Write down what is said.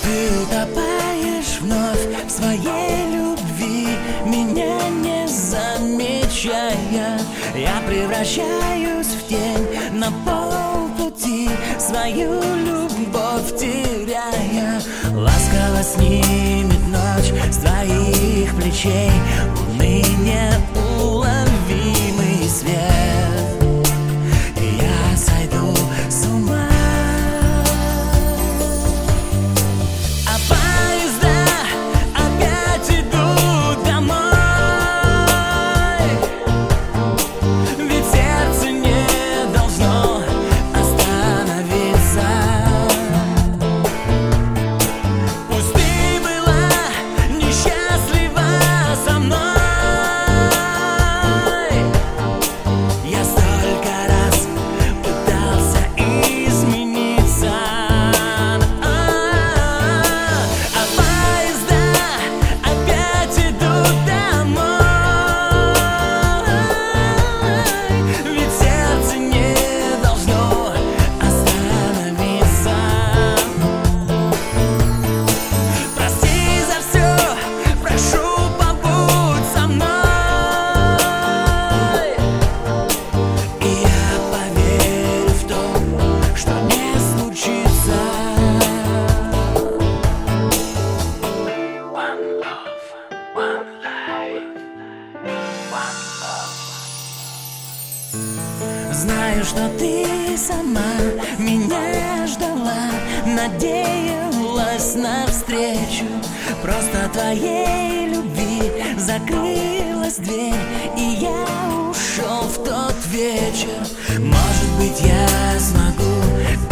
Ты утопаешь вновь в своей любви, меня не замечая. Я превращаюсь в тень на полпути, свою любовь теряя. Ласково снимет ночь с твоих плечей уныние, уловимый свет, и я сойду с ума. А поезда опять идут домой, ведь сердце не должно остановиться. Пусть ты была несчастлива со мной, я столько раз пытался измениться. А поезда опять идут домой, ведь сердце не должно остановиться. Прости за все, прошу, побудь со мной, и я поверю в то, что не случится. One love, one life, one love. Знаю, что ты сама меня ждала, надеялась навстречу. Просто твоей любви закрылась дверь, и я ушел в тот вечер. Может быть, я смогу